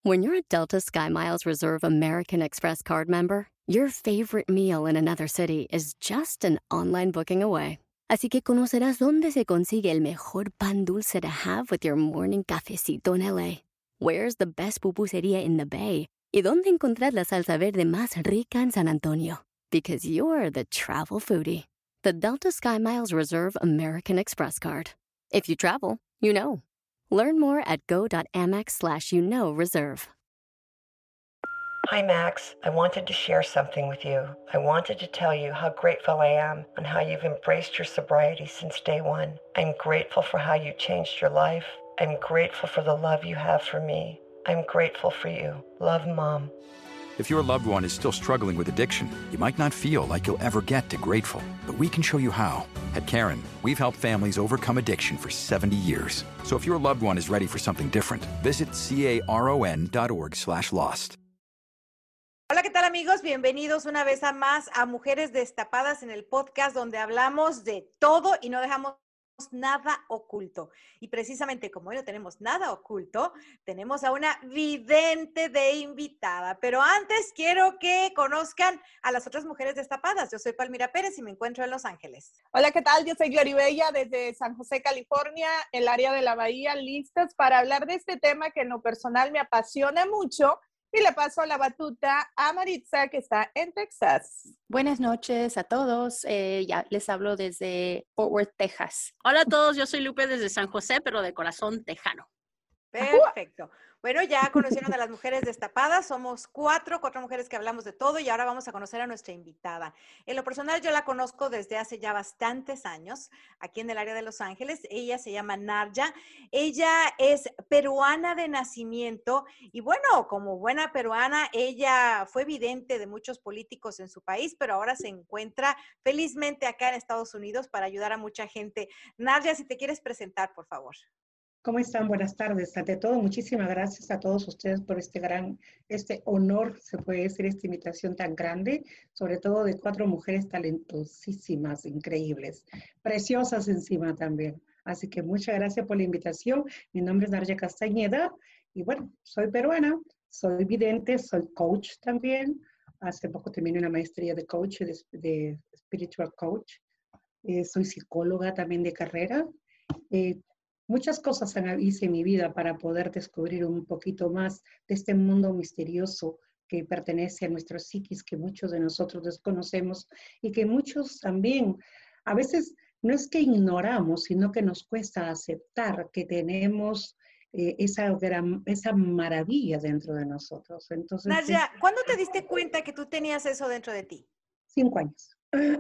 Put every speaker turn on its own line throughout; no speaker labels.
When you're a Delta SkyMiles Reserve American Express card member, your favorite meal in another city is just an online booking away. Así que conocerás dónde se consigue el mejor pan dulce to have with your morning cafecito en LA. Where's the best pupusería in the Bay? Y dónde encontrar la salsa verde más rica en San Antonio. Because you're the travel foodie. The Delta SkyMiles Reserve American Express card. If you travel, you know. Learn more at go.amex/reserve.
Hi, Max. I wanted to share something with you. I wanted to tell you how grateful I am and how you've embraced your sobriety since day one. I'm grateful for how you changed your life. I'm grateful for the love you have for me. I'm grateful for you. Love, Mom.
If your loved one is still struggling with addiction, you might not feel like you'll ever get to grateful, but we can show you how. At Caron, we've helped families overcome addiction for 70 years. So if your loved one is ready for something different, visit caron.org/lost.
Hola, ¿qué tal, amigos? Bienvenidos una vez más a Mujeres Destapadas en el podcast donde hablamos de todo y no dejamos nada oculto. Y precisamente como hoy no tenemos nada oculto, tenemos a una vidente de invitada. Pero antes quiero que conozcan a las otras Mujeres Destapadas. Yo soy Palmira Pérez y me encuentro en Los Ángeles.
Hola, ¿qué tal? Yo soy Gloribella desde San José, California, el área de la Bahía, listas para hablar de este tema que en lo personal me apasiona mucho. Y le paso la batuta a Maritza, que está en Texas.
Buenas noches a todos. Ya les hablo desde Fort Worth, Texas.
Hola a todos, yo soy Lupe desde San José, pero de corazón tejano.
Perfecto. Bueno, ya conocieron a las Mujeres Destapadas. Somos cuatro mujeres que hablamos de todo y ahora vamos a conocer a nuestra invitada. En lo personal, yo la conozco desde hace ya bastantes años, aquí en el área de Los Ángeles. Ella se llama Narja. Ella es peruana de nacimiento y bueno, como buena peruana, ella fue vidente de muchos políticos en su país, pero ahora se encuentra felizmente acá en Estados Unidos para ayudar a mucha gente. Narja, si te quieres presentar, por favor.
¿Cómo están? Buenas tardes. Ante todo, muchísimas gracias a todos ustedes por este honor, se puede decir, esta invitación tan grande, sobre todo de cuatro mujeres talentosísimas, increíbles, preciosas encima también. Así que muchas gracias por la invitación. Mi nombre es Narja Castañeda y bueno, soy peruana, soy vidente, soy coach también. Hace poco terminé una maestría de coach, de spiritual coach. Soy psicóloga también de carrera. Muchas cosas hice en mi vida para poder descubrir un poquito más de este mundo misterioso que pertenece a nuestra psiquis, que muchos de nosotros desconocemos y que muchos también, a veces no es que ignoramos, sino que nos cuesta aceptar que tenemos esa maravilla dentro de nosotros. Entonces,
Narja, ¿cuándo te diste cuenta que tú tenías eso dentro de ti?
5 años.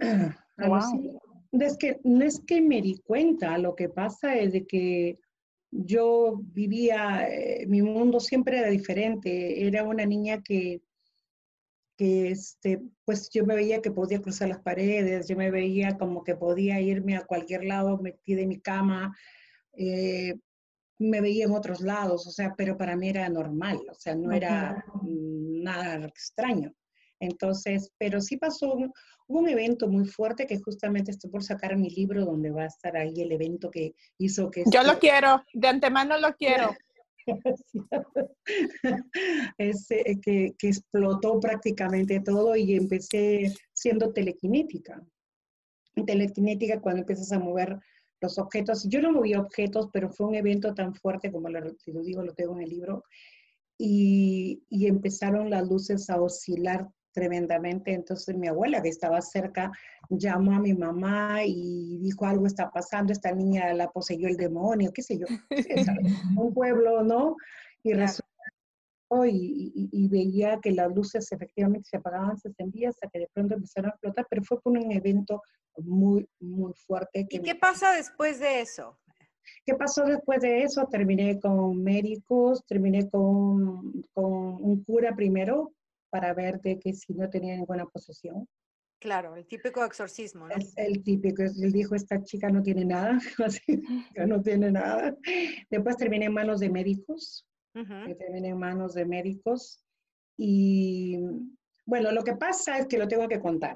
Wow.
No es que me di cuenta, lo que pasa es de que yo vivía, mi mundo siempre era diferente. Era una niña que pues yo me veía que podía cruzar las paredes, yo me veía como que podía irme a cualquier lado metida en mi cama, me veía en otros lados, o sea, pero para mí era normal, o sea, no era nada extraño. Entonces, pero sí hubo un evento muy fuerte que justamente estoy por sacar mi libro donde va a estar ahí el evento que hizo que...
Yo lo quiero, de antemano lo quiero.
que explotó prácticamente todo y empecé siendo telequinética. Telequinética cuando empiezas a mover los objetos. Yo no movía objetos, pero fue un evento tan fuerte como lo digo, lo tengo en el libro. Y empezaron las luces a oscilar tremendamente. Entonces mi abuela, que estaba cerca, llamó a mi mamá y dijo: algo está pasando, esta niña la poseyó el demonio, qué sé yo. Un pueblo, ¿no? Y resultó y veía que las luces efectivamente se apagaban, se encendían, hasta que de pronto empezaron a explotar, pero fue por un evento muy, muy fuerte.
¿Y qué pasa después de eso?
¿Qué pasó después de eso? Terminé con médicos, terminé con un cura primero para ver de que si no tenía ninguna posesión.
Claro, el típico exorcismo, ¿no?
Es el típico, él dijo: esta chica no tiene nada, así, no tiene nada. Después terminé en manos de médicos, terminé en manos de médicos y bueno, lo que pasa es que lo tengo que contar.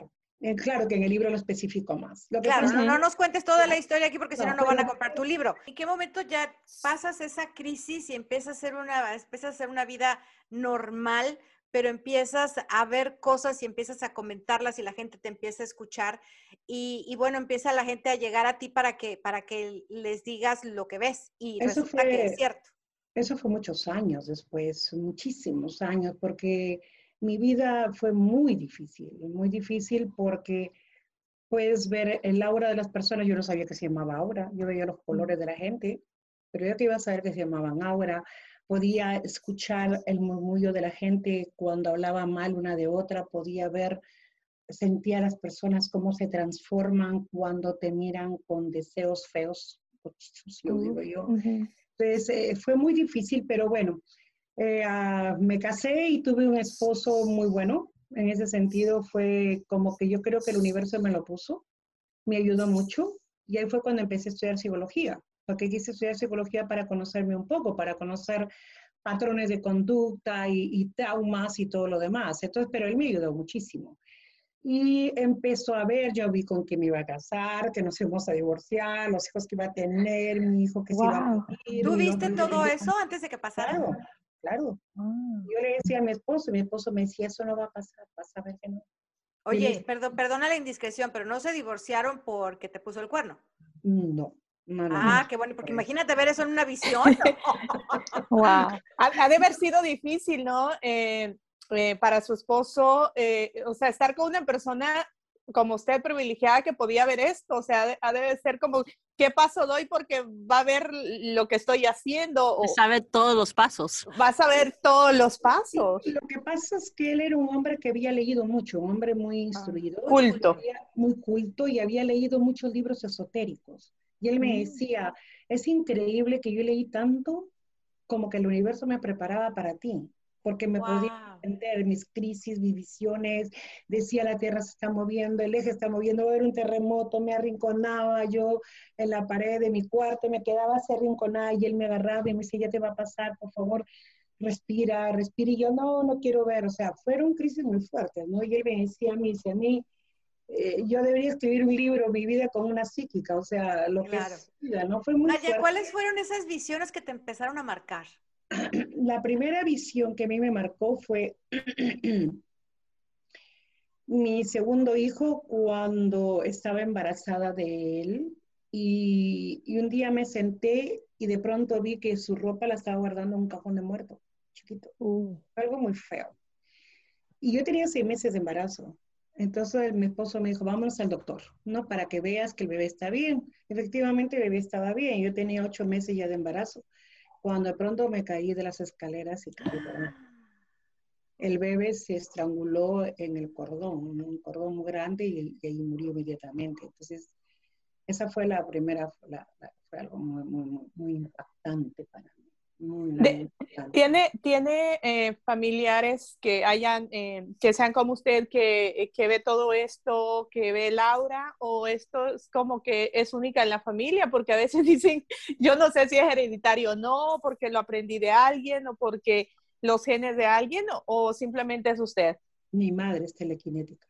Claro que en el libro lo especifico más. Lo que
Claro,
pasa,
no nos cuentes toda la historia aquí porque si no,
no,
no van a
pero
comprar tu libro. ¿En qué momento ya pasas esa crisis y empiezas a hacer una vida normal, pero empiezas a ver cosas y empiezas a comentarlas y la gente te empieza a escuchar y bueno, empieza la gente a llegar a ti para que les digas lo que ves y
eso
resulta que es
fue,
cierto.
eso fue muchos años después, muchísimos años, porque mi vida fue muy difícil porque puedes ver el aura de las personas. Yo no sabía que se llamaba aura, yo veía los colores de la gente, pero yo que iba a saber que se llamaban aura. Podía escuchar el murmullo de la gente cuando hablaba mal una de otra, podía ver, sentía a las personas cómo se transforman cuando te miran con deseos feos, yo digo yo. Entonces fue muy difícil, pero bueno, me casé y tuve un esposo muy bueno. En ese sentido fue como que yo creo que el universo me lo puso, me ayudó mucho y ahí fue cuando empecé a estudiar psicología, porque quise estudiar psicología para conocerme un poco, para conocer patrones de conducta y traumas y todo lo demás. Entonces, pero él me ayudó muchísimo. Y empezó a ver, yo vi con quién me iba a casar, que nos íbamos a divorciar, los hijos que iba a tener, mi hijo que se iba a morir,
¿Tú
mi
viste
novio
todo
que
eso antes de que pasara?
claro, claro. Yo le decía a mi esposo me decía, eso no va a pasar, vas a ver que no. Yo le
Oye,
decía,
perdona la indiscreción, pero no se divorciaron porque te puso el cuerno.
no, no, no, no.
Ah, qué bueno, porque imagínate ver eso en una visión.
Wow. Ha de haber sido difícil, ¿no? Para su esposo, o sea, estar con una persona como usted privilegiada que podía ver esto, o sea, ha de ser como, ¿qué paso doy? Porque va a ver lo que estoy haciendo
Se
o
sabe todos los pasos.
vas a ver todos los pasos.
Y lo que pasa es que él era un hombre que había leído mucho, un hombre muy instruido,
Muy culto.
muy culto y había leído muchos libros esotéricos. Y él me decía, es increíble que yo leí tanto como que el universo me preparaba para ti, porque me podía
Wow.
entender mis crisis, mis visiones, decía la tierra se está moviendo, el eje está moviendo, va a haber un terremoto, me arrinconaba yo en la pared de mi cuarto, me quedaba así arrinconada y él me agarraba y me decía, ya te va a pasar, por favor, respira, respira, y yo no quiero ver, o sea, fueron crisis muy fuertes, ¿no? Y él me decía dice a mí, yo debería escribir un libro, mi vida como una psíquica, o sea, lo que
Claro.
es vida, ¿no? Fue muy
Nadia,
fuerte.
¿cuáles fueron esas visiones que te empezaron a marcar?
La primera visión que a mí me marcó fue mi segundo hijo cuando estaba embarazada de él y un día me senté y de pronto vi que su ropa la estaba guardando en un cajón de muerto, chiquito. Algo muy feo. Y yo tenía 6 meses de embarazo. Entonces mi esposo me dijo, vámonos al doctor, ¿no? Para que veas que el bebé está bien. Efectivamente, el bebé estaba bien. Yo tenía 8 meses ya de embarazo. Cuando de pronto me caí de las escaleras y caí por ahí. El bebé se estranguló en el cordón, ¿no? Un cordón muy grande y ahí murió inmediatamente. Entonces, esa fue la primera, fue algo muy impactante para mí. Muy impactante.
¿Tiene familiares que hayan, que sean como usted, que ve todo esto, que ve Laura, o esto es como que es única en la familia? Porque a veces dicen, yo no sé si es hereditario o no, porque lo aprendí de alguien, o porque los genes de alguien, o simplemente es usted.
Mi madre es telequinética.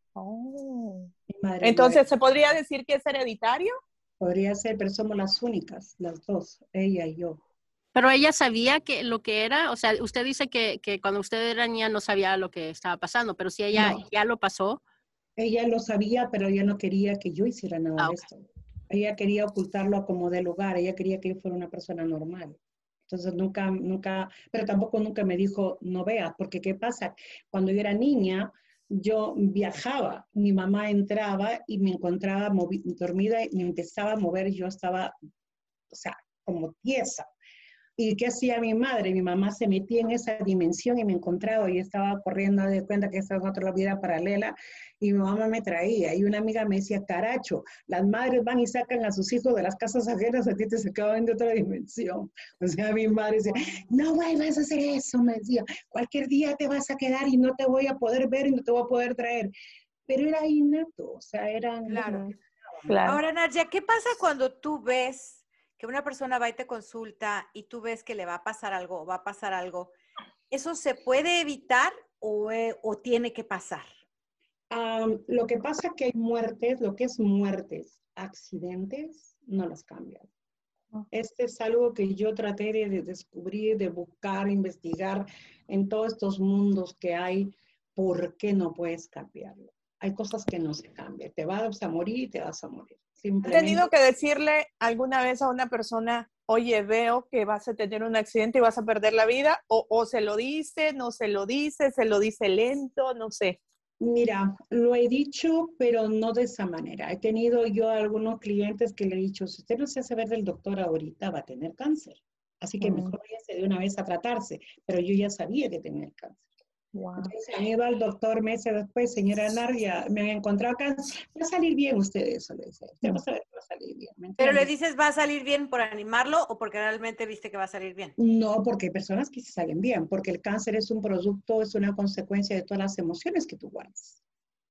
Oh.
Mi madre es la
Entonces, ¿se podría decir que es hereditario?
podría ser, pero somos las únicas, las dos, ella y yo.
Pero ella sabía que lo que era, o sea, usted dice que cuando usted era niña no sabía lo que estaba pasando, pero si ella
No,
ya lo pasó.
ella lo sabía, pero ella no quería que yo hiciera nada
Ah,
de
ok.
esto. Ella quería ocultarlo a como de lugar, ella quería que yo fuera una persona normal. Entonces nunca, pero tampoco nunca me dijo, no veas, porque ¿qué pasa? Cuando yo era niña, yo viajaba, mi mamá entraba y me encontraba dormida y me empezaba a mover y yo estaba, o sea, como tiesa. ¿Y qué hacía mi madre? Mi mamá se metía en esa dimensión y me encontraba y estaba corriendo de cuenta que estaba en otra vida paralela y mi mamá me traía. Y una amiga me decía, caracho, las madres van y sacan a sus hijos de las casas ajenas, a ti te sacaban de otra dimensión. O sea, mi madre decía, no vuelvas a hacer eso, me decía, cualquier día te vas a quedar y no te voy a poder ver y no te voy a poder traer. Pero era innato, o sea, eran...
Claro.
Claro.
Ahora, Nadia, ¿qué pasa cuando tú ves que una persona va y te consulta y tú ves que le va a pasar algo o va a pasar algo? ¿Eso se puede evitar o tiene que pasar?
Lo que pasa es que hay muertes, lo que es muertes, accidentes, no las cambian. Este es algo que yo traté de descubrir, de buscar, investigar en todos estos mundos que hay. ¿Por qué no puedes cambiarlo? Hay cosas que no se cambian. Te vas a morir y te vas a morir.
¿Has
Simplemente.
tenido que decirle alguna vez a una persona, oye, veo que vas a tener un accidente y vas a perder la vida? O se lo dice, no se lo dice, se lo dice lento, no sé.
Mira, lo he dicho, pero no de esa manera. He tenido yo algunos clientes que le he dicho, si usted no se hace ver del doctor ahorita, va a tener cáncer. Así que mejor váyase de una vez a tratarse. Pero yo ya sabía que tenía el cáncer.
Wow.
Entonces, a mí va el doctor meses después, señora Narja, me han encontrado cáncer. Va a salir bien usted eso, le dice. Usted va a saber que va a salir bien. ¿Me
Pero le
entiendes?
dices, ¿va a salir bien por animarlo o porque realmente viste que va a salir bien?
No, porque hay personas que sí salen bien, porque el cáncer es un producto, es una consecuencia de todas las emociones que tú guardas.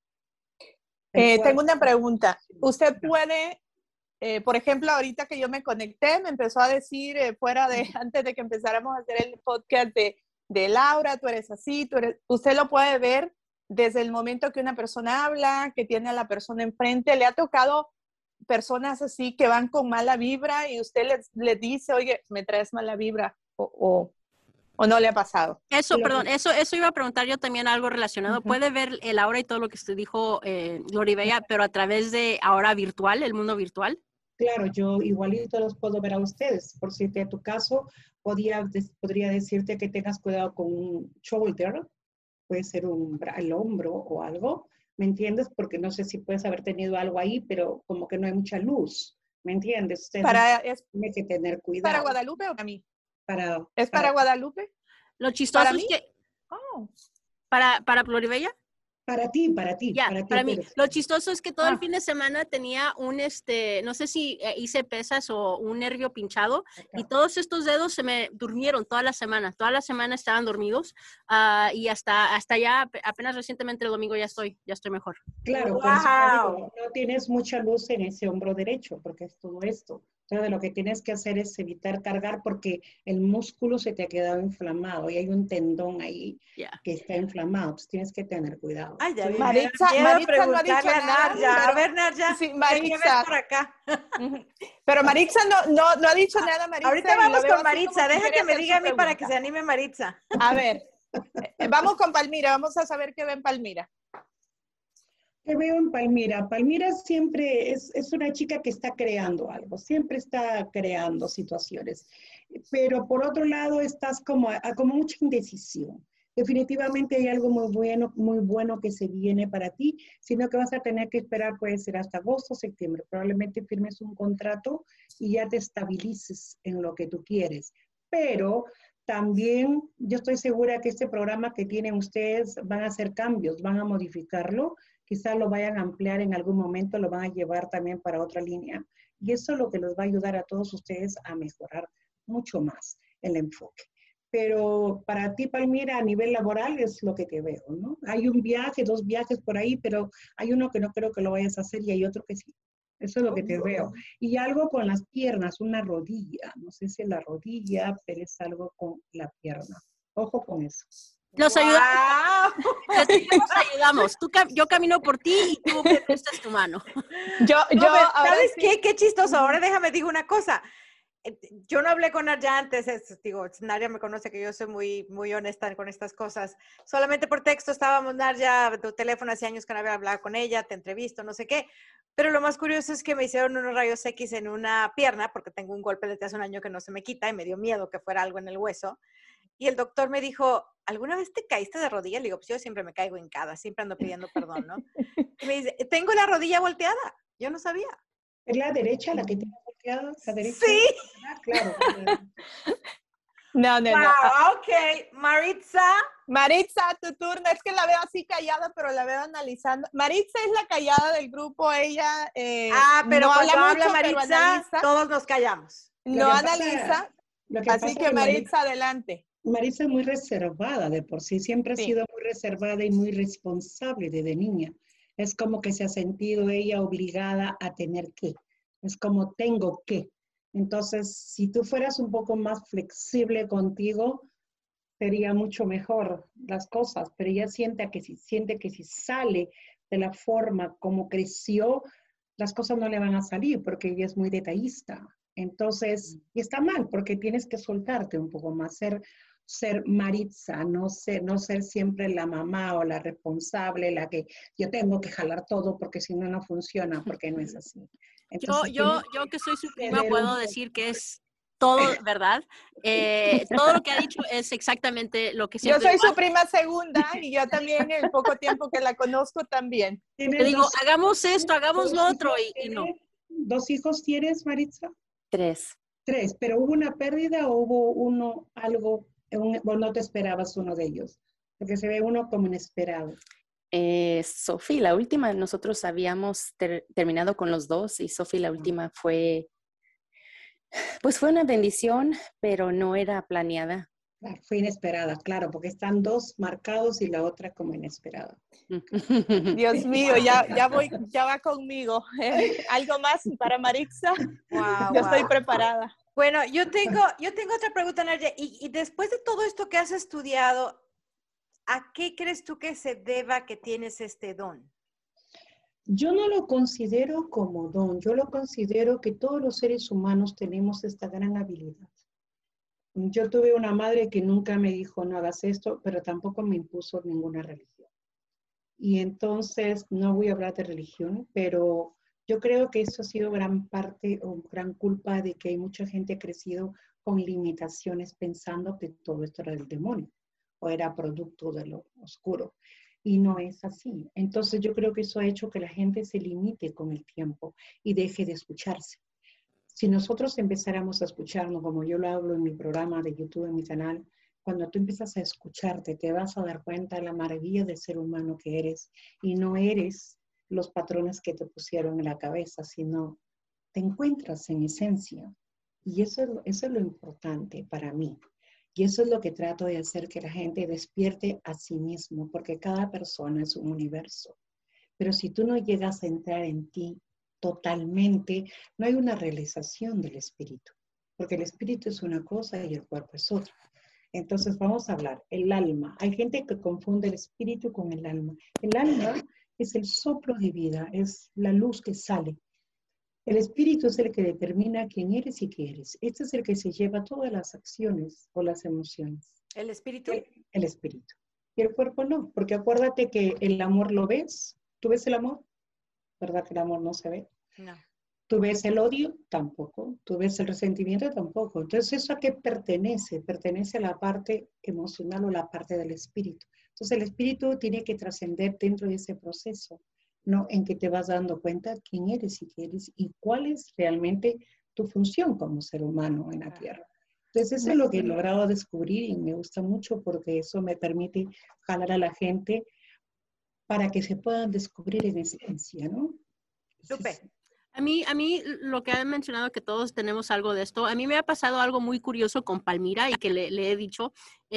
Tengo una pregunta. ¿Usted puede, por ejemplo, ahorita que yo me conecté, me empezó a decir antes de que empezáramos a hacer el podcast de Laura, tú eres así, usted lo puede ver desde el momento que una persona habla, que tiene a la persona enfrente. ¿Le ha tocado personas así que van con mala vibra y usted les dice, oye, me traes mala vibra? ¿O no le ha pasado?
Eso, perdón, eso iba a preguntar yo también algo relacionado. ¿Puede ver el aura y todo lo que usted dijo, Gloribella, pero a través de ahora virtual, el mundo virtual?
Claro, yo igualito los puedo ver a ustedes. Por si en tu caso, podría decirte que tengas cuidado con un shoulder, puede ser el hombro o algo, ¿me entiendes? Porque no sé si puedes haber tenido algo ahí, pero como que no hay mucha luz, ¿me entiendes? Usted tiene que tener cuidado.
¿Para Guadalupe o para mí? ¿Es
para
Guadalupe?
Lo chistoso
¿Para
es
mí?
que...
Oh.
¿Para Gloribella?
Para ti, para ti.
Ya, para mí.
Pérez.
Lo chistoso es que todo el fin de semana tenía no sé si hice pesas o un nervio pinchado y todos estos dedos se me durmieron toda la semana. Toda la semana estaban dormidos y hasta ya, apenas recientemente el domingo ya estoy mejor.
Claro,
¡Wow!
por eso digo, no tienes mucha luz en ese hombro derecho, porque es todo esto. Entonces, lo que tienes que hacer es evitar cargar porque el músculo se te ha quedado inflamado y hay un tendón ahí que está inflamado. Pues tienes que tener cuidado.
Ay, ya vi,
Maritza no ha dicho
preguntarle a
nada.
Narja. A ver, Narja,
Sí,
¿qué
Maritza.
ves por acá?
Pero Maritza no ha dicho nada, Maritza.
Ahorita
y
vamos
lo veo
con
así
Maritza.
como
Deja
quiere
que me
hacer
diga
su
a mí para que
pregunta.
se anime Maritza.
A ver, vamos con Palmira. Vamos a saber qué ve en Palmira.
¿Qué veo en Palmira? Palmira siempre es una chica que está creando algo, siempre está creando situaciones. Pero por otro lado estás como mucha indecisión. Definitivamente hay algo muy bueno que se viene para ti, sino que vas a tener que esperar, puede ser hasta agosto o septiembre. Probablemente firmes un contrato y ya te estabilices en lo que tú quieres. Pero también yo estoy segura que este programa que tienen ustedes van a hacer cambios, van a modificarlo, quizás lo vayan a ampliar en algún momento, lo van a llevar también para otra línea. Y eso es lo que les va a ayudar a todos ustedes a mejorar mucho más el enfoque. Pero para ti, Palmira, a nivel laboral es lo que te veo, ¿no? Hay un viaje, 2 viajes por ahí, pero hay uno que no creo que lo vayas a hacer y hay otro que sí. Eso es lo que te veo. Y algo con las piernas, una rodilla. No sé si es la rodilla, pero es algo con la pierna. Ojo con eso.
Nos ayudamos. Yo camino por ti y tú me prestas tu mano.
¿Sabes qué? Qué chistoso. Ahora déjame digo una cosa. Yo no hablé con Narja antes, Narja me conoce que yo soy muy honesta con estas cosas. Solamente por texto estábamos, Narja, tu teléfono hace años que no había hablado con ella, te entrevisto, no sé qué. Pero lo más curioso es que me hicieron unos rayos X en una pierna, porque tengo un golpe desde hace un año que no se me quita y me dio miedo que fuera algo en el hueso. Y el doctor me dijo, ¿alguna vez te caíste de rodilla? Le digo, pues yo siempre me caigo hincada, siempre ando pidiendo perdón, ¿no? Y me dice, tengo la rodilla volteada. Yo no sabía.
¿Es la derecha la que tiene volteada? ¿La derecha?
Sí.
Ah, claro.
No.
Ok.
Maritza, tu turno. Es que la veo así callada, pero la veo analizando. Maritza es la callada del grupo. Ella
pero
no
cuando habla
mucho,
Maritza, todos nos callamos.
No analiza. Así que Maritza, adelante.
Maritza es muy reservada de por sí. Siempre ha sido muy reservada y muy responsable desde niña. Es como que se ha sentido ella obligada a tener que. Es como tengo que. Entonces, si tú fueras un poco más flexible contigo, sería mucho mejor las cosas, pero ella siente que si sale de la forma como creció, las cosas no le van a salir porque ella es muy detallista. Entonces, y está mal porque tienes que soltarte un poco más, ser Maritza, no ser siempre la mamá o la responsable, la que yo tengo que jalar todo porque si no, no funciona, porque no es así. Entonces,
yo que soy su prima puedo decir que es todo, ¿verdad? Todo lo que ha dicho es exactamente lo que
Yo
siempre
soy
digo.
su prima segunda y yo también, en el poco tiempo que la conozco, también.
Le digo, hagamos esto, hagamos lo otro, y no.
¿2 hijos tienes, Maritza?
3.
3, pero ¿hubo una pérdida o hubo o no te esperabas uno de ellos? Porque se ve uno como inesperado.
Sophie, la última, nosotros habíamos terminado con los 2 y Sophie, la última, fue una bendición, pero no era planeada.
Fue inesperada, claro, porque están 2 marcados y la otra como inesperada.
Dios mío, ya va conmigo. ¿Algo más para Maritza?
Wow,
Yo estoy preparada.
Bueno, yo tengo otra pregunta, Nadia. Y después de todo esto que has estudiado, ¿a qué crees tú que se deba que tienes este don?
Yo no lo considero como don, yo lo considero que todos los seres humanos tenemos esta gran habilidad. Yo tuve una madre que nunca me dijo no hagas esto, pero tampoco me impuso ninguna religión. Y entonces, no voy a hablar de religión, pero yo creo que eso ha sido gran parte o gran culpa de que hay mucha gente que ha crecido con limitaciones pensando que todo esto era del demonio o era producto de lo oscuro. Y no es así. Entonces yo creo que eso ha hecho que la gente se limite con el tiempo y deje de escucharse. Si nosotros empezáramos a escucharnos, como yo lo hablo en mi programa de YouTube, en mi canal, cuando tú empiezas a escucharte, te vas a dar cuenta de la maravilla del ser humano que eres. Y no eres los patrones que te pusieron en la cabeza, sino te encuentras en esencia. Y eso es lo importante para mí. Y eso es lo que trato de hacer, que la gente despierte a sí mismo, porque cada persona es un universo. Pero si tú no llegas a entrar en ti totalmente, no hay una realización del espíritu, porque el espíritu es una cosa y el cuerpo es otra. Entonces vamos a hablar, el alma. Hay gente que confunde el espíritu con el alma. El alma es el soplo de vida, es la luz que sale. El espíritu es el que determina quién eres y qué eres. Este es el que se lleva todas las acciones o las emociones.
¿El espíritu?
El espíritu. Y el cuerpo no, porque acuérdate que el amor lo ves. ¿Tú ves el amor? ¿Verdad que el amor no se ve?
No.
¿Tú ves el odio? Tampoco. ¿Tú ves el resentimiento? Tampoco. Entonces, ¿eso a qué pertenece? Pertenece a la parte emocional o la parte del espíritu. Entonces, el espíritu tiene que trascender dentro de ese proceso, ¿no? En que te vas dando cuenta quién eres y qué eres y cuál es realmente tu función como ser humano en la Tierra. Entonces, eso es lo que he logrado descubrir y me gusta mucho porque eso me permite jalar a la gente para que se puedan descubrir en esencia, ¿no?
Súper.
A mí lo que han mencionado, que todos tenemos algo de esto, a mí me ha pasado algo muy curioso con Palmira y que le he dicho,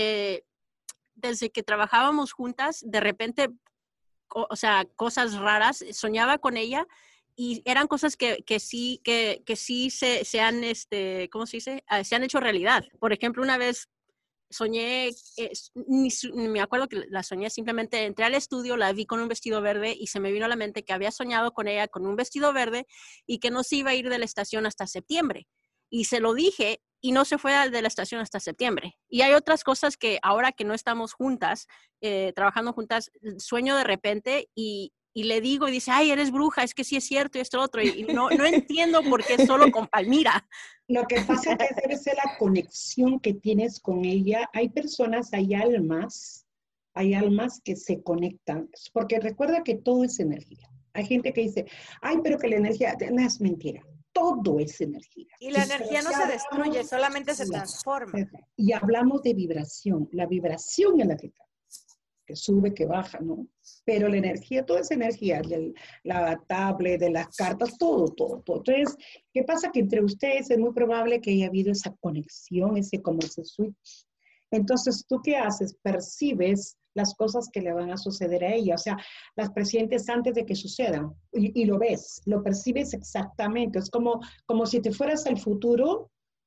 desde que trabajábamos juntas, de repente, o sea, cosas raras, soñaba con ella y eran cosas que sí se han, ¿cómo se dice? Se han hecho realidad. Por ejemplo, una vez soñé, ni me acuerdo que la soñé, simplemente entré al estudio, la vi con un vestido verde y se me vino a la mente que había soñado con ella con un vestido verde y que no se iba a ir de la estación hasta septiembre. Y se lo dije y no se fue de la estación hasta septiembre. Y hay otras cosas que ahora que no estamos juntas, trabajando juntas, sueño de repente y le digo y dice, ay, eres bruja, es que sí es cierto y esto otro. Y no entiendo por qué solo con Palmira.
Lo que pasa es que debe ser la conexión que tienes con ella. Hay personas, hay almas que se conectan. Porque recuerda que todo es energía. Hay gente que dice, ay, pero que la energía, no es mentira. Todo es energía.
Y la energía no se destruye, solamente se transforma.
Y hablamos de vibración. La vibración es la que sube, que baja, ¿no? Pero la energía, toda esa energía, de la tablet, de las cartas, todo. Entonces, ¿qué pasa? Que entre ustedes es muy probable que haya habido esa conexión, ese switch. Entonces, ¿tú qué haces? Percibes las cosas que le van a suceder a ella, o sea, las presientes antes de que sucedan, y lo ves, lo percibes exactamente. Es como si te fueras al futuro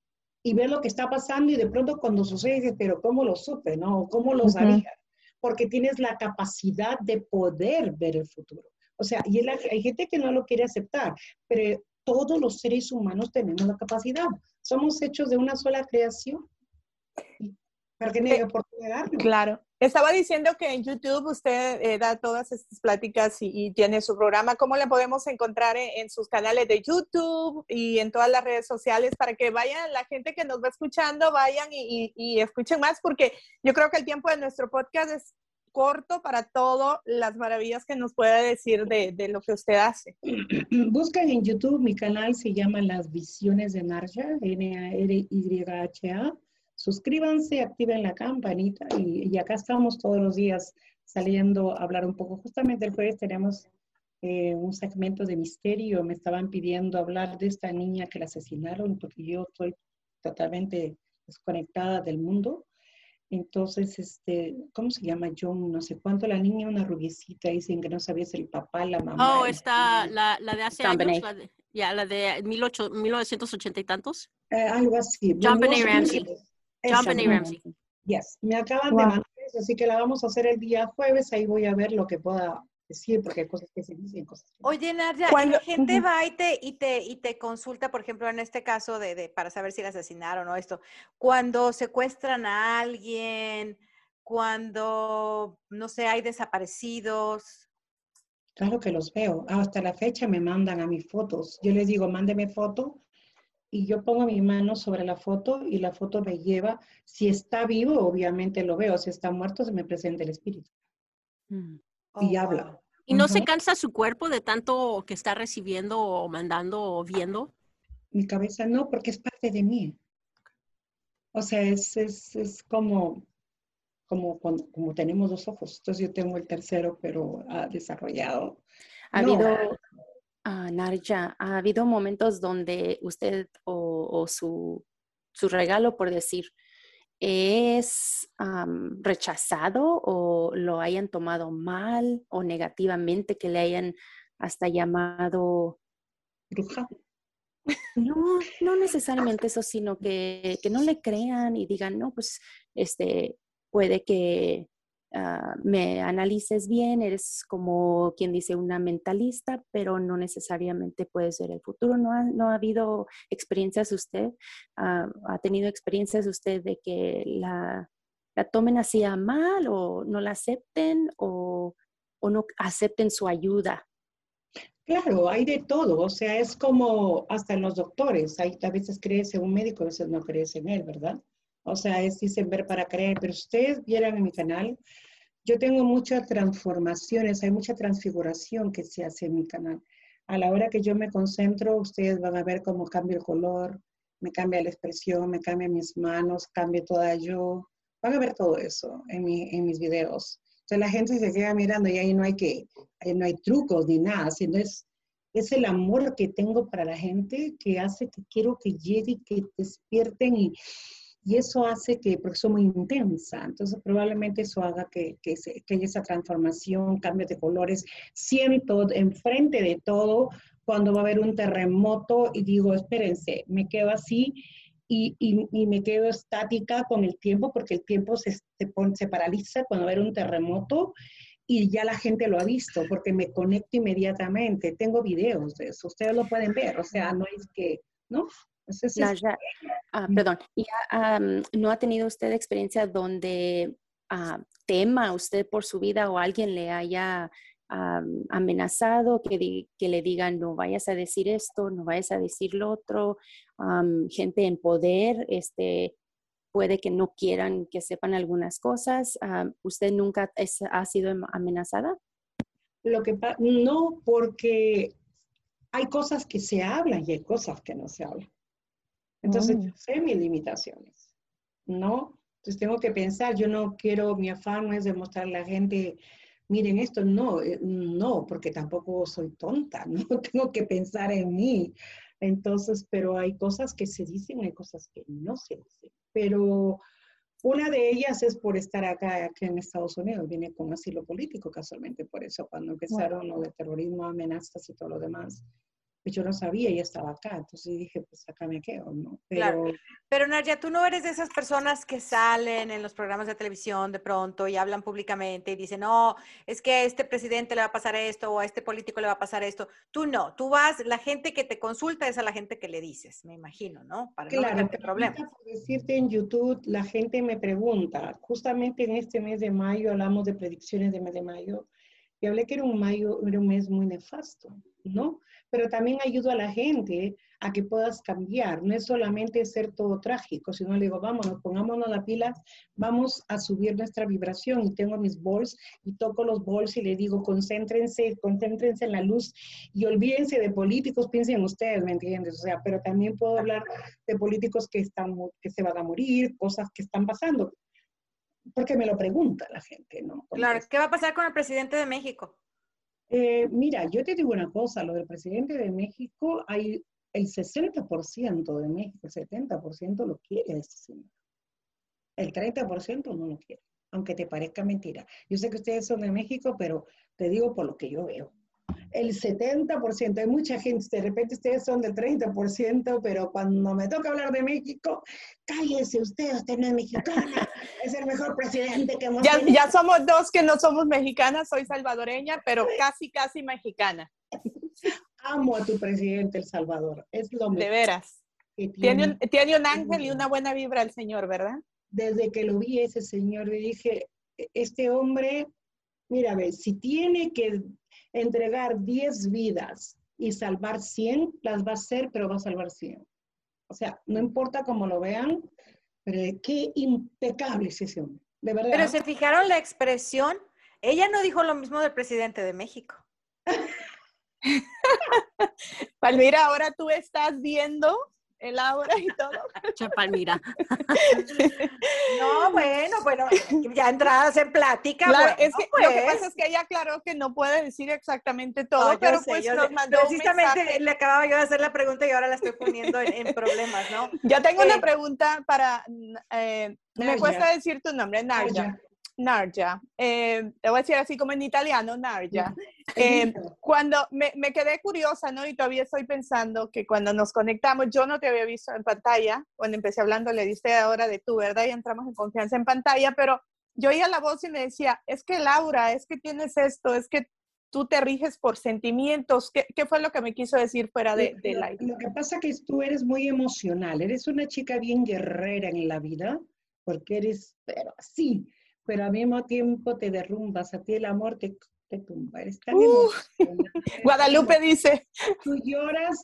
y ver lo que está pasando y de pronto cuando sucede dices, pero ¿cómo lo supe, no? ¿Cómo lo sabía? Porque tienes la capacidad de poder ver el futuro. O sea, y hay gente que no lo quiere aceptar, pero todos los seres humanos tenemos la capacidad. Somos hechos de una sola creación. ¿Para qué por qué negarlo?
Claro. Estaba diciendo que en YouTube usted da todas estas pláticas y tiene su programa. ¿Cómo le podemos encontrar en sus canales de YouTube y en todas las redes sociales para que vayan, la gente que nos va escuchando, vayan y escuchen más? Porque yo creo que el tiempo de nuestro podcast es corto para todas las maravillas que nos pueda decir de lo que usted hace.
Buscan en YouTube, mi canal se llama Las Visiones de Narsha, Naryha. Suscríbanse, activen la campanita y acá estamos todos los días saliendo a hablar un poco. Justamente el jueves tenemos un segmento de misterio. Me estaban pidiendo hablar de esta niña que la asesinaron porque yo estoy totalmente desconectada del mundo. Entonces, ¿cómo se llama? John, no sé cuánto, la niña, una rubiecita, dicen que no sabía si el papá, la mamá.
Oh, está la de hace años, la de 1980 y tantos.
Algo así.
JonBenet Ramsey. JonBenet Ramsey.
Yes, me acaban de mandar eso, así que la vamos a hacer el día jueves, ahí voy a ver lo que pueda decir, porque hay cosas que se dicen, cosas que no.
Oye, Naryha, la gente va y te consulta, por ejemplo, en este caso para saber si la asesinaron o esto, cuando secuestran a alguien, cuando, no sé, hay desaparecidos.
Claro que los veo. Hasta la fecha me mandan a mis fotos. Yo les digo, mándeme foto, y yo pongo mi mano sobre la foto y la foto me lleva. Si está vivo, obviamente lo veo. Si está muerto, se me presenta el espíritu. Y habla.
Wow.
¿Y no se cansa su cuerpo de tanto que está recibiendo o mandando o viendo?
Mi cabeza no, porque es parte de mí. O sea, es como tenemos dos ojos. Entonces yo tengo el tercero, pero ha desarrollado.
Naryha, ¿ha habido momentos donde usted o su regalo, por decir, es rechazado o lo hayan tomado mal o negativamente, que le hayan hasta llamado
bruja?
No necesariamente eso, sino que no le crean y digan, no, pues puede que me analices bien, eres como quien dice una mentalista, pero no necesariamente puede ser el futuro. ¿No ha habido experiencias usted? ¿Ha tenido experiencias usted de que la tomen así a mal o no la acepten o no acepten su ayuda?
Claro, hay de todo, o sea, es como hasta en los doctores, a veces crees en un médico, a veces no crees en él, ¿verdad? O sea, dicen ver para creer, pero ustedes vieran en mi canal, yo tengo muchas transformaciones, hay mucha transfiguración que se hace en mi canal. A la hora que yo me concentro, ustedes van a ver cómo cambia el color, me cambia la expresión, me cambia mis manos, cambia toda yo. Van a ver todo eso en mis videos. Entonces la gente se queda mirando y ahí no hay trucos ni nada, sino es el amor que tengo para la gente que hace que quiero que llegue, que despierten y eso hace porque soy muy intensa. Entonces probablemente eso haga que haya esa transformación, cambios de colores. Siento enfrente de todo cuando va a haber un terremoto y digo, espérense, me quedo así. Y me quedo estática con el tiempo porque el tiempo se paraliza cuando hay un terremoto y ya la gente lo ha visto porque me conecto inmediatamente. Tengo videos de eso, ustedes lo pueden ver, o sea, no es que, ¿no?
Naryha, perdón, ¿no ha tenido usted experiencia donde tema usted por su vida o alguien le haya amenazado, que le digan no vayas a decir esto, no vayas a decir lo otro? Gente en poder, puede que no quieran que sepan algunas cosas. ¿Usted nunca ha sido amenazada?
No, porque hay cosas que se hablan y hay cosas que no se hablan. Entonces, yo sé mis limitaciones, ¿no? Entonces tengo que pensar, mi afán no es demostrar a la gente, miren esto, no, porque tampoco soy tonta, no tengo que pensar en mí. Entonces, pero hay cosas que se dicen, hay cosas que no se dicen. Pero una de ellas es por estar acá en Estados Unidos, vine con asilo político casualmente, por eso cuando empezaron lo de terrorismo, amenazas y todo lo demás. pues yo no sabía, ya estaba acá, entonces dije, pues acá me quedo, ¿no?
Claro. Pero Nadia, tú no eres de esas personas que salen en los programas de televisión de pronto y hablan públicamente y dicen, no, es que a este presidente le va a pasar esto o a este político le va a pasar esto. Tú no, tú vas, la gente que te consulta es a la gente que le dices, me imagino, ¿no? Para no
Claro,
meterte en
pero
problemas.
ahorita por decirte en YouTube, la gente me pregunta, justamente en este mes de mayo, hablamos de predicciones de mes de mayo, y hablé que era un mes muy nefasto, ¿no? Pero también ayudo a la gente a que puedas cambiar, no es solamente ser todo trágico, sino le digo, vámonos, pongámonos las pilas, vamos a subir nuestra vibración, y tengo mis bols, y toco los bols y le digo, concéntrense en la luz, y olvídense de políticos, piensen ustedes, ¿me entiendes? O sea, pero también puedo hablar de políticos que se van a morir, cosas que están pasando, porque me lo pregunta la gente, ¿no?
Claro, ¿qué va a pasar con el presidente de México?
Mira, yo te digo una cosa, lo del presidente de México, hay el 60% de México, el 70% lo quiere a este señor. El 30% no lo quiere, aunque te parezca mentira. Yo sé que ustedes son de México, pero te digo por lo que yo veo. El 70%, hay mucha gente, de repente ustedes son del 30%, pero cuando me toca hablar de México, cállese usted no es mexicana, es el mejor presidente que hemos tenido.
Ya somos dos que no somos mexicanas, soy salvadoreña, pero casi mexicana.
Amo a tu presidente El Salvador, es lo mejor.
De veras. Tiene un ángel y una buena vibra el señor, ¿verdad?
Desde que lo vi ese señor, le dije, este hombre, mira, ve, si tiene que entregar 10 vidas y salvar 100, las va a hacer, pero va a salvar 100. O sea, no importa cómo lo vean, pero qué impecable es ese hombre, de verdad.
Pero se fijaron la expresión, ella no dijo lo mismo del presidente de México.
Palmira, ahora tú estás viendo el aura y todo.
Palmira.
No, bueno, ya entradas en plática.
Claro,
bueno,
es que
pues.
lo que pasa es que ella aclaró que no puede decir exactamente todo,
No,
pero
sé,
pues nos mandó
precisamente
un mensaje.
le acababa yo de hacer la pregunta y ahora la estoy poniendo en problemas, ¿no?
Yo tengo una pregunta para, me cuesta decir tu nombre, Narja. Narja. Te voy a decir así como en italiano, Narja. Cuando me quedé curiosa, ¿no? Y todavía estoy pensando que cuando nos conectamos, yo no te había visto en pantalla. Cuando empecé hablando, le diste ahora de tú, ¿verdad? Y entramos en confianza en pantalla, pero yo oía la voz y me decía, es que Laura, es que tienes esto, es que tú te riges por sentimientos. ¿Qué fue lo que me quiso decir fuera del aire?
Lo que pasa es que tú eres muy emocional, eres una chica bien guerrera en la vida, porque eres, pero así, pero al mismo tiempo te derrumbas, a ti el amor te tumba, eres tan emocional.
Guadalupe dice.
Tú lloras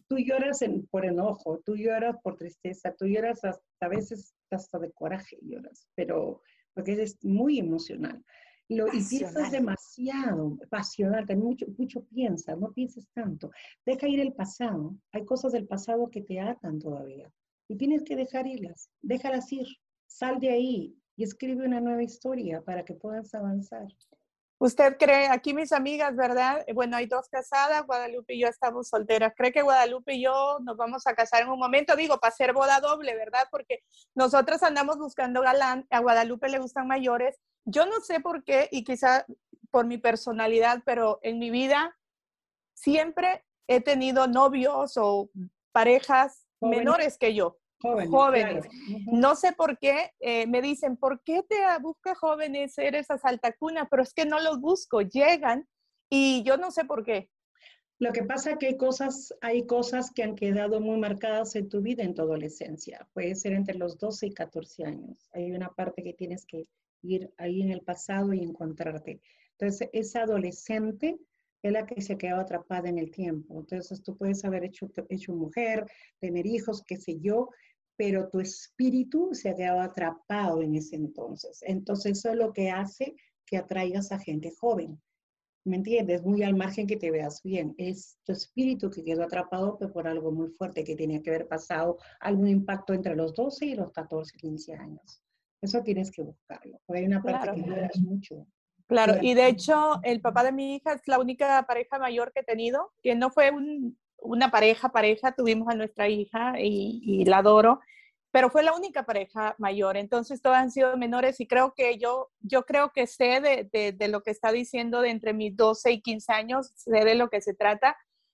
por enojo, tú lloras por tristeza, tú lloras a veces hasta de coraje lloras, pero porque eres muy emocional. Y piensas demasiado, pasional, también mucho piensas, no pienses tanto. Deja ir el pasado, hay cosas del pasado que te atan todavía y tienes que dejar irlas, déjalas ir, sal de ahí y escribe una nueva historia para que puedas avanzar.
¿Usted cree, aquí mis amigas, verdad? Bueno, hay dos casadas, Guadalupe y yo estamos solteras. ¿Cree que Guadalupe y yo nos vamos a casar en un momento? Digo, para hacer boda doble, ¿verdad? Porque nosotros andamos buscando galán, a Guadalupe le gustan mayores. Yo no sé por qué, y quizá por mi personalidad, pero en mi vida siempre he tenido novios o parejas menores que yo. Jóvenes. Claro. No sé por qué, me dicen, ¿por qué te buscas jóvenes? Eres asaltacuna, pero es que no los busco, llegan y yo no sé por qué.
Lo que pasa es que hay cosas que han quedado muy marcadas en tu vida en tu adolescencia. Puede ser entre los 12 y 14 años. Hay una parte que tienes que ir ahí en el pasado y encontrarte. Entonces, esa adolescente es la que se ha quedado atrapada en el tiempo. Entonces, tú puedes haber hecho mujer, tener hijos, qué sé yo, pero tu espíritu se ha quedado atrapado en ese entonces. Entonces, eso es lo que hace que atraigas a gente joven. ¿Me entiendes? Muy al margen que te veas bien. Es tu espíritu que quedó atrapado por algo muy fuerte que tenía que haber pasado, algún impacto entre los 12 y los 14, 15 años. Eso tienes que buscarlo, porque hay una parte que lloras mucho.
Claro, y de hecho, el papá de mi hija es la única pareja mayor que he tenido, que no fue una pareja, tuvimos a nuestra hija y la adoro, pero fue la única pareja mayor, entonces todas han sido menores y creo que yo creo que sé de lo que está diciendo de entre mis 12 y 15 años, sé de lo que se trata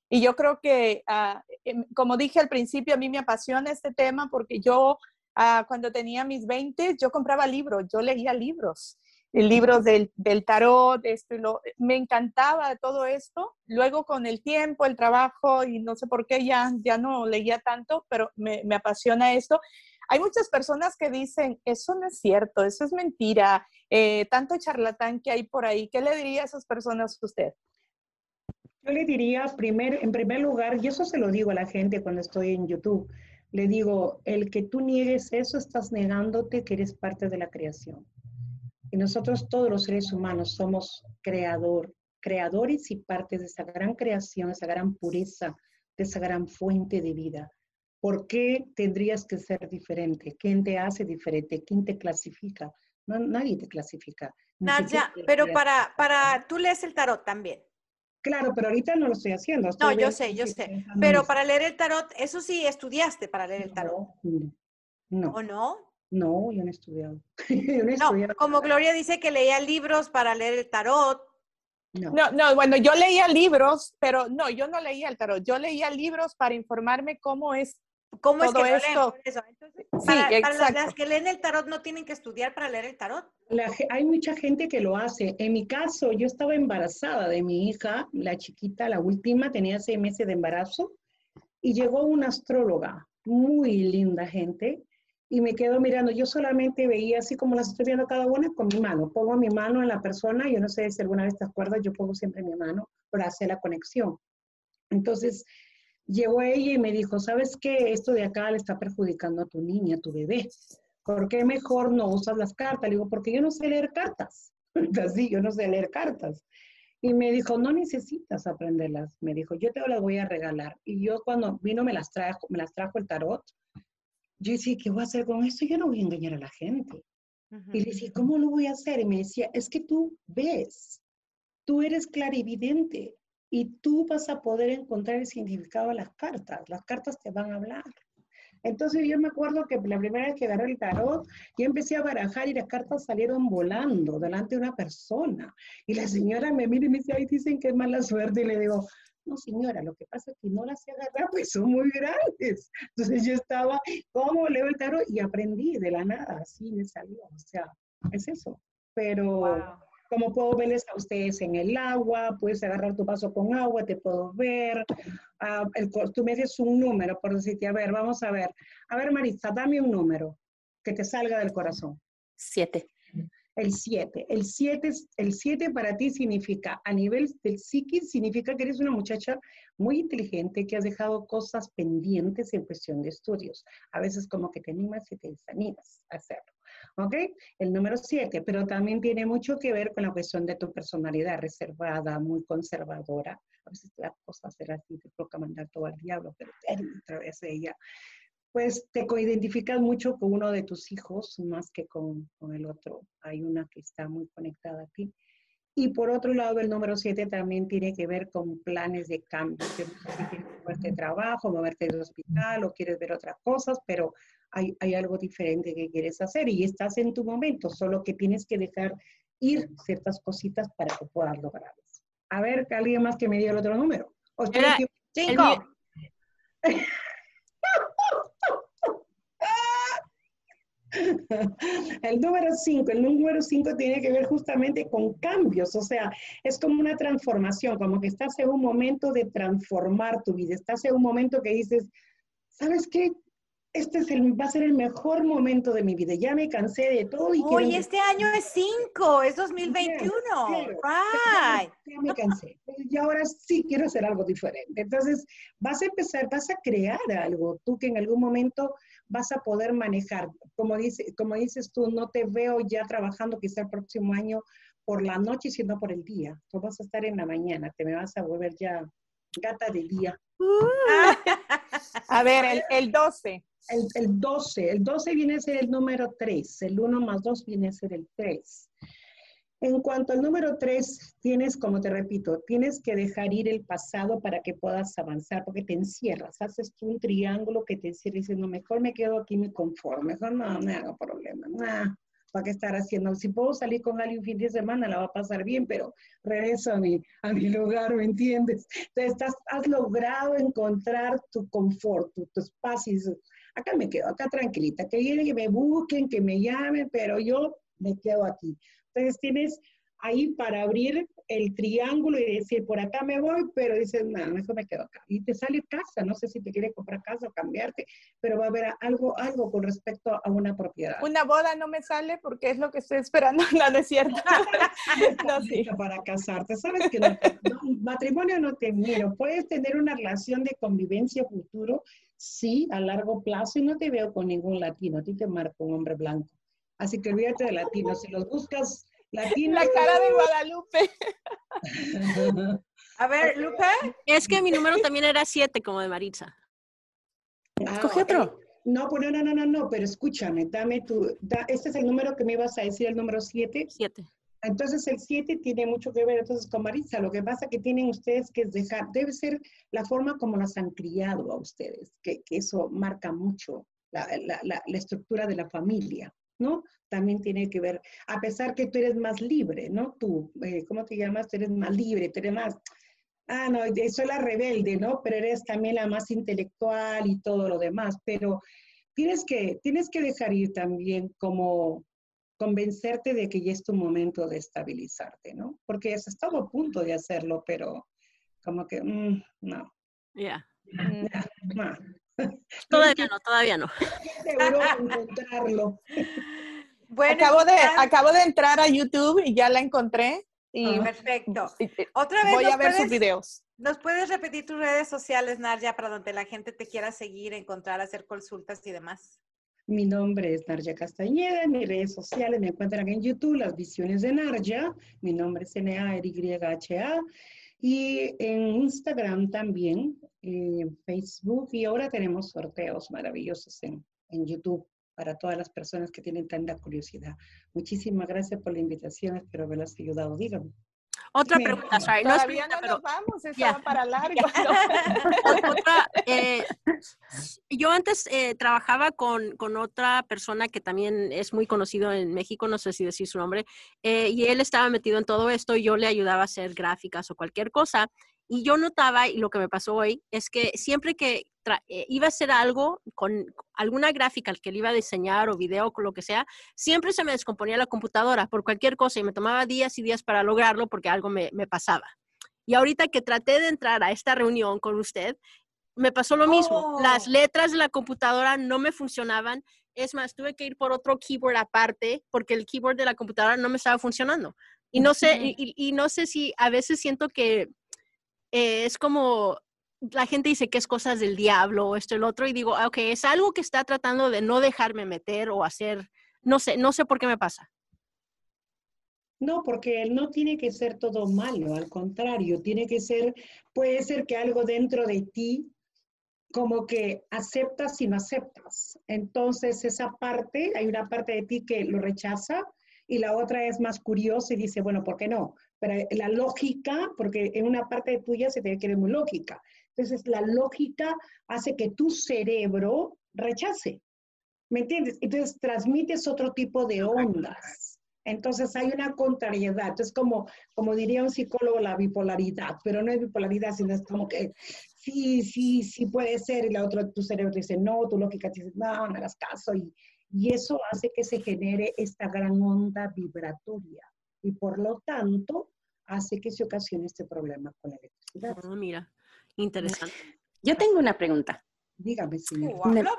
Y yo creo que, como dije al principio, a mí me apasiona este tema porque yo, cuando tenía mis 20, yo compraba libros, yo leía libros, libros del tarot, me encantaba todo esto. Luego con el tiempo, el trabajo y no sé por qué ya no leía tanto, pero me apasiona esto. Hay muchas personas que dicen, eso no es cierto, eso es mentira, tanto charlatán que hay por ahí. ¿Qué le diría a esas personas usted?
Yo le diría, en primer lugar, y eso se lo digo a la gente cuando estoy en YouTube, le digo, el que tú niegues eso, estás negándote que eres parte de la creación. Y nosotros todos los seres humanos somos creadores y partes de esa gran creación, esa gran pureza, de esa gran fuente de vida. ¿Por qué tendrías que ser diferente? ¿Quién te hace diferente? ¿Quién te clasifica? No, nadie te clasifica.
Nadia, pero tú lees el tarot también.
Claro, pero ahorita no lo estoy haciendo.
No, yo sé. Pero para leer el tarot, eso sí, estudiaste para leer el tarot.
No.
¿O no?
No, yo no he estudiado.
No, como Gloria dice que leía libros para leer el tarot.
No, bueno, yo leía libros, pero no, yo no leía el tarot. Yo leía libros para informarme cómo es todo
es que
esto.
Eso. Entonces,
sí,
para las que leen el tarot no tienen que estudiar para leer el tarot.
Hay mucha gente que lo hace. En mi caso, yo estaba embarazada de mi hija, la chiquita, la última, tenía 6 meses de embarazo, y llegó una astróloga, muy linda gente, y me quedo mirando. Yo solamente veía así como las estoy viendo cada una con mi mano. Pongo mi mano en la persona, yo no sé si alguna vez te acuerdas, yo pongo siempre mi mano para hacer la conexión. Entonces, llegó ella y me dijo, ¿sabes qué? Esto de acá le está perjudicando a tu niña, a tu bebé. ¿Por qué mejor no usas las cartas? Le digo, porque yo no sé leer cartas. Así, yo no sé leer cartas. Y me dijo, no necesitas aprenderlas. Me dijo, yo te las voy a regalar. Y yo cuando vino me las trajo el tarot. Yo decía, ¿qué voy a hacer con esto? Yo no voy a engañar a la gente. Y le decía, ¿cómo lo voy a hacer? Y me decía, es que tú ves, tú eres clarividente y tú vas a poder encontrar el significado de las cartas te van a hablar. Entonces yo me acuerdo que la primera vez que agarré el tarot, yo empecé a barajar y las cartas salieron volando delante de una persona. Y la señora me mira y me dice, ay, dicen que es mala suerte. Y le digo, no señora, lo que pasa es que no las sé agarrar, pues son muy grandes. Entonces yo estaba, ¿cómo leo el tarot? Y aprendí de la nada, así me salió. O sea, es eso. Pero... Wow. Como puedo verles a ustedes en el agua, puedes agarrar tu vaso con agua, te puedo ver. Tú me dices un número, por decirte, a ver, vamos a ver. A ver, Maritza, dame un número que te salga del corazón.
7.
El 7. El 7 para ti significa, a nivel del psiquis, significa que eres una muchacha muy inteligente, que has dejado cosas pendientes en cuestión de estudios. A veces como que te animas y te desanimas a hacerlo. ¿Ok? El número 7, pero también tiene mucho que ver con la cuestión de tu personalidad reservada, muy conservadora. A veces te da cosas hacer así, te toca mandar todo al diablo, pero otra vez ella. Pues te identificas mucho con uno de tus hijos más que con el otro. Hay una que está muy conectada a ti. Y por otro lado, el número 7 también tiene que ver con planes de cambio. Si quieres moverte de trabajo, moverte de hospital o quieres ver otras cosas, pero hay algo diferente que quieres hacer y estás en tu momento, solo que tienes que dejar ir ciertas cositas para que puedas lograrlas. A ver, alguien más que me diga el otro número.
5.
El número 5 tiene que ver justamente con cambios, o sea, es como una transformación, como que estás en un momento de transformar tu vida, estás en un momento que dices, ¿sabes qué? Va a ser el mejor momento de mi vida, ya me cansé de todo y quiero...
Oye, este año es 5, es 2021, right.
Ya me cansé, y ahora sí quiero hacer algo diferente, entonces vas a crear algo, tú que en algún momento vas a poder manejar, como dices tú, no te veo ya trabajando quizá el próximo año por la noche, sino por el día, tú vas a estar en la mañana, te me vas a volver ya gata de día.
A ver, el 12.
El 12 viene a ser el número 3, el 1 más 2 viene a ser el 3. En cuanto al número 3, como te repito, tienes que dejar ir el pasado para que puedas avanzar, porque te encierras, haces un triángulo que te encierra diciendo, mejor me quedo aquí, me conformo, mejor no me hago problema, ¿para qué estar haciendo? Si puedo salir con alguien un fin de semana, la va a pasar bien, pero regreso a mi lugar, ¿me entiendes? Entonces, has logrado encontrar tu confort, tu espacio. Y dices, acá me quedo, acá tranquilita, que vienen, que me busquen, que me llamen, pero yo me quedo aquí. Entonces, tienes ahí para abrir el triángulo y decir, por acá me voy, pero dices, no, mejor me quedo acá. Y te sale casa, no sé si te quieres comprar casa o cambiarte, pero va a haber algo con respecto a una propiedad.
Una boda no me sale porque es lo que estoy esperando, no es cierto.
No, sí. Para casarte, sabes que no, matrimonio no te miro, puedes tener una relación de convivencia futuro, sí, a largo plazo, y no te veo con ningún latino, a ti te marco un hombre blanco. Así que olvídate de latinos, si los buscas latinos...
La cara de Guadalupe.
A ver, Lupe.
Es que mi número también era 7, como de Maritza.
Escoge otro.
No, pues no, pero escúchame, este es el número que me ibas a decir, el número 7.
7.
Entonces el 7 tiene mucho que ver entonces con Maritza. Lo que pasa que tienen ustedes que dejar, debe ser la forma como las han criado a ustedes, que eso marca mucho la estructura de la familia, ¿no? También tiene que ver, a pesar que tú eres más libre, ¿no? Tú, ¿cómo te llamas? Tú eres más libre, tú eres más... no, soy la rebelde, ¿no? Pero eres también la más intelectual y todo lo demás. Pero tienes que dejar ir también como convencerte de que ya es tu momento de estabilizarte, ¿no? Porque has estado a punto de hacerlo, pero como que, no.
Ya.
No.
Todavía no.
Seguro encontrarlo.
Bueno,
acabo de entrar a YouTube y ya la encontré. Y
perfecto. Otra vez
voy a ver sus videos.
¿Nos puedes repetir tus redes sociales, Narja, para donde la gente te quiera seguir, encontrar, hacer consultas y demás?
Mi nombre es Narja Castañeda, en mis redes sociales me encuentran en YouTube, Las Visiones de Narja, mi nombre es NARYHA, y en Instagram también, Facebook, y ahora tenemos sorteos maravillosos en YouTube para todas las personas que tienen tanta curiosidad. Muchísimas gracias por la invitación, espero haberlas ayudado. Díganme.
Otra pregunta, sorry.
Todavía no nos vamos, estaba para largo.
Yo antes trabajaba con otra persona que también es muy conocido en México, no sé si decir su nombre, y él estaba metido en todo esto y yo le ayudaba a hacer gráficas o cualquier cosa. Y yo notaba, y lo que me pasó hoy, es que siempre que iba a hacer algo con alguna gráfica que le iba a diseñar o video, con lo que sea, siempre se me descomponía la computadora por cualquier cosa y me tomaba días y días para lograrlo porque algo me pasaba. Y ahorita que traté de entrar a esta reunión con usted, me pasó lo mismo. Las letras de la computadora no me funcionaban. Es más, tuve que ir por otro keyboard aparte porque el keyboard de la computadora no me estaba funcionando. Y no sé, y no sé si a veces siento que es como la gente dice que es cosas del diablo o esto y lo otro y digo, ok, es algo que está tratando de no dejarme meter o hacer, no sé por qué me pasa.
No, porque no tiene que ser todo malo, al contrario, puede ser que algo dentro de ti como que aceptas y no aceptas. Entonces hay una parte de ti que lo rechaza y la otra es más curiosa y dice, bueno, ¿por qué no? Pero la lógica, porque en una parte de tuya se tiene que ver muy lógica. Entonces la lógica hace que tu cerebro rechace. ¿Me entiendes? Entonces transmites otro tipo de ondas. Entonces hay una contrariedad. Entonces como diría un psicólogo, la bipolaridad, pero no es bipolaridad, sino es como que sí puede ser, y la otra, tu cerebro dice no, tu lógica te dice no hagas caso, y eso hace que se genere esta gran onda vibratoria, y por lo tanto hace que se ocasione este problema con la electricidad.
Mira, interesante.
Yo tengo una pregunta.
Dígame, señor.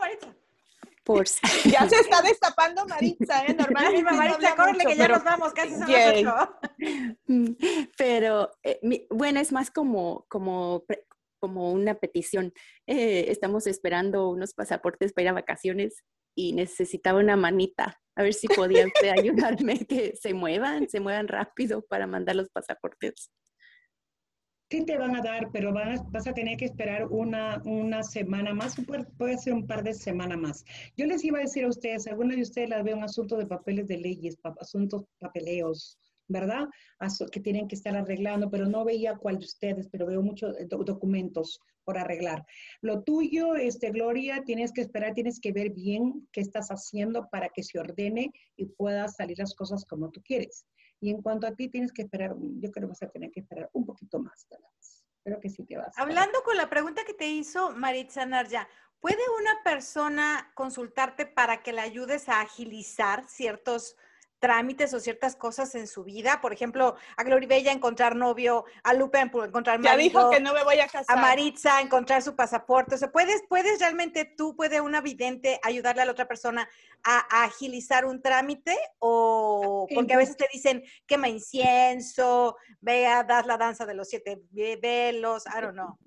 Ya se está destapando Maritza, ¿eh? Normalmente
Maritza, córrele que ya nos vamos, casi son las 8.
Pero, bueno, es más como una petición. Estamos esperando unos pasaportes para ir a vacaciones y necesitaba una manita. A ver si podía usted ayudarme, que se muevan rápido para mandar los pasaportes.
Sí te van a dar, pero vas a tener que esperar una semana más, puede ser un par de semanas más. Yo les iba a decir a ustedes, algunos de ustedes las veo un asunto de papeles de leyes, asuntos papeleos, ¿verdad? Que tienen que estar arreglando, pero no veía cuál de ustedes, pero veo muchos documentos por arreglar. Lo tuyo, Gloria, tienes que esperar, tienes que ver bien qué estás haciendo para que se ordene y puedan salir las cosas como tú quieres. Y en cuanto a ti, tienes que esperar, yo creo que vas a tener que esperar un poquito más. Creo que sí te vas.
Hablando con la pregunta que te hizo Maritza Narja, ¿puede una persona consultarte para que le ayudes a agilizar ciertos trámites o ciertas cosas en su vida? Por ejemplo, a Gloribella encontrar novio, a Lupe encontrar marido.
Ya dijo que no me voy a casar.
A Maritza encontrar su pasaporte. O sea, ¿puedes realmente puede una vidente ayudarle a la otra persona a agilizar un trámite? O porque a veces te dicen, quema incienso, vea, das la danza de los 7 velos, I don't know.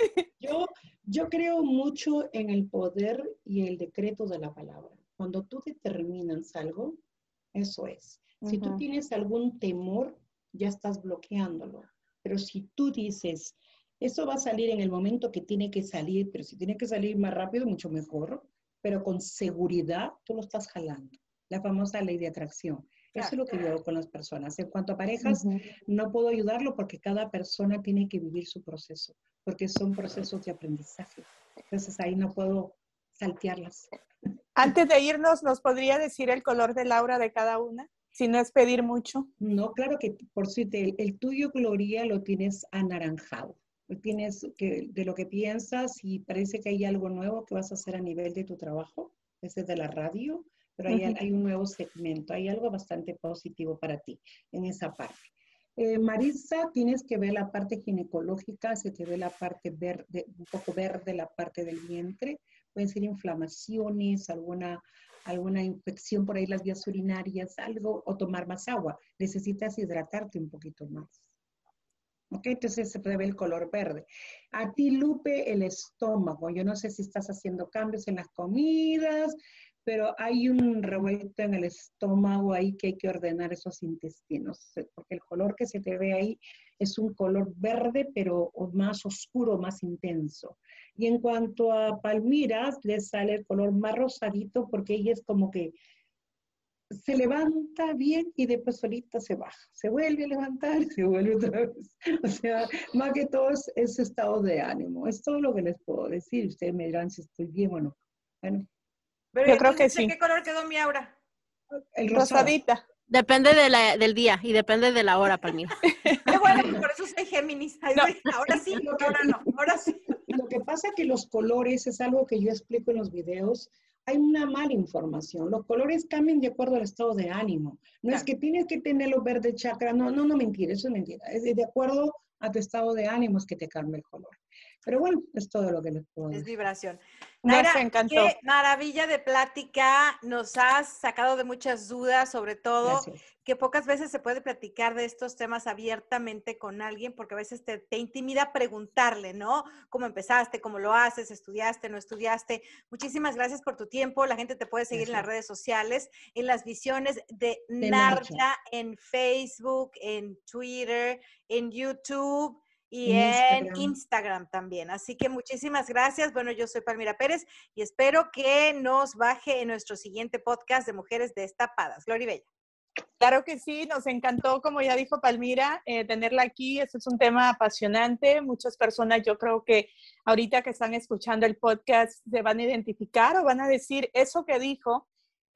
Yo creo mucho en el poder y el decreto de la palabra. Cuando tú determinas algo, eso es. Si tú tienes algún temor, ya estás bloqueándolo. Pero si tú dices, eso va a salir en el momento que tiene que salir, pero si tiene que salir más rápido, mucho mejor, pero con seguridad, tú lo estás jalando. La famosa ley de atracción. Eso es lo que yo hago con las personas. En cuanto a parejas, no puedo ayudarlo porque cada persona tiene que vivir su proceso, porque son procesos de aprendizaje. Entonces ahí no puedo saltearlas.
Antes de irnos, ¿nos podría decir el color del aura de cada una? Si no es pedir mucho.
No, claro que por suerte, el tuyo, Gloria, lo tienes anaranjado. Tienes de lo que piensas y parece que hay algo nuevo que vas a hacer a nivel de tu trabajo, ese de la radio, pero hay un nuevo segmento, hay algo bastante positivo para ti en esa parte. Marisa, tienes que ver la parte ginecológica, se te ve la parte verde, un poco verde, la parte del vientre. Pueden ser inflamaciones, alguna infección por ahí, las vías urinarias, algo, o tomar más agua. Necesitas hidratarte un poquito más. ¿Ok? Entonces se puede ver el color verde. A ti, Lupe, el estómago. Yo no sé si estás haciendo cambios en las comidas, pero hay un revuelto en el estómago ahí que hay que ordenar esos intestinos, porque el color que se te ve ahí es un color verde, pero más oscuro, más intenso. Y en cuanto a Palmira, le sale el color más rosadito, porque ella es como que se levanta bien y después solita se baja. Se vuelve a levantar y se vuelve otra vez. O sea, más que todo es ese estado de ánimo. Es todo lo que les puedo decir. Ustedes me dirán si estoy bien o no. Bueno.
Pero yo creo que sí.
¿Qué color quedó mi aura?
El rosadita.
Depende del día y depende de la hora, Palmira.
Bueno, por eso soy Géminis. No. Ahora sí, ahora no. Ahora sí.
Lo que pasa es que los colores es algo que yo explico en los videos. Hay una mala información. Los colores cambian de acuerdo al estado de ánimo. No es que tienes que tenerlo verde chakra. No, mentira. Eso es mentira. Es de acuerdo a tu estado de ánimo es que te cambia el color. Pero bueno, es todo lo que les puedo decir.
Es vibración.
Naira, nos encantó.
Qué maravilla de plática. Nos has sacado de muchas dudas, sobre todo que pocas veces se puede platicar de estos temas abiertamente con alguien, porque a veces te intimida preguntarle, ¿no? ¿Cómo empezaste? ¿Cómo lo haces? ¿Estudiaste? ¿No estudiaste? Muchísimas gracias por tu tiempo. La gente te puede seguir en las redes sociales, en las visiones de Narja, en Facebook, en Twitter, en YouTube. Y en Instagram también. Así que muchísimas gracias. Bueno, yo soy Palmira Pérez y espero que nos baje en nuestro siguiente podcast de Mujeres Destapadas. Gloribella.
Claro que sí, nos encantó, como ya dijo Palmira, tenerla aquí. Este es un tema apasionante. Muchas personas, yo creo que ahorita que están escuchando el podcast se van a identificar o van a decir eso que dijo.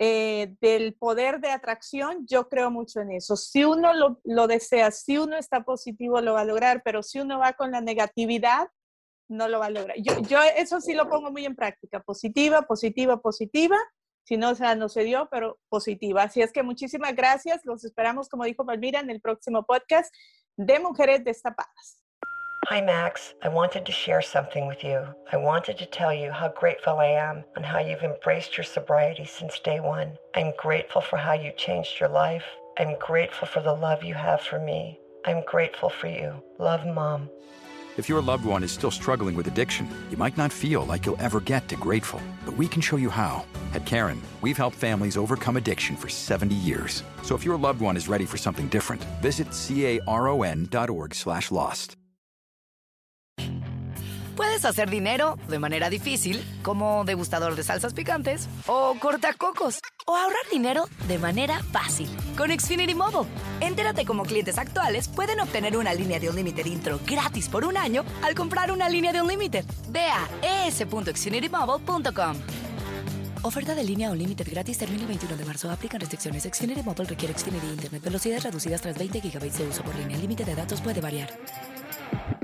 Del poder de atracción, yo creo mucho en eso. Si uno lo desea, si uno está positivo, lo va a lograr, pero si uno va con la negatividad, no lo va a lograr. Yo eso sí lo pongo muy en práctica. Positiva. Si no, o sea, no se dio, pero positiva. Así es que muchísimas gracias. Los esperamos, como dijo Palmira, en el próximo podcast de Mujeres Destapadas.
Hi, Max. I wanted to share something with you. I wanted to tell you how grateful I am and how you've embraced your sobriety since day one. I'm grateful for how you changed your life. I'm grateful for the love you have for me. I'm grateful for you. Love, Mom.
If your loved one is still struggling with addiction, you might not feel like you'll ever get to grateful, but we can show you how. At Caron, we've helped families overcome addiction for 70 years. So if your loved one is ready for something different, visit caron.org/lost.
Puedes hacer dinero de manera difícil, como degustador de salsas picantes, o cortacocos, o ahorrar dinero de manera fácil con Xfinity Mobile. Entérate cómo clientes actuales pueden obtener una línea de Unlimited intro gratis por un año al comprar una línea de Unlimited. Ve a es.xfinitymobile.com. Oferta de línea Unlimited gratis termina el 21 de marzo. Aplican restricciones. Xfinity Mobile requiere Xfinity Internet. Velocidades reducidas tras 20 GB de uso por línea. El límite de datos puede variar.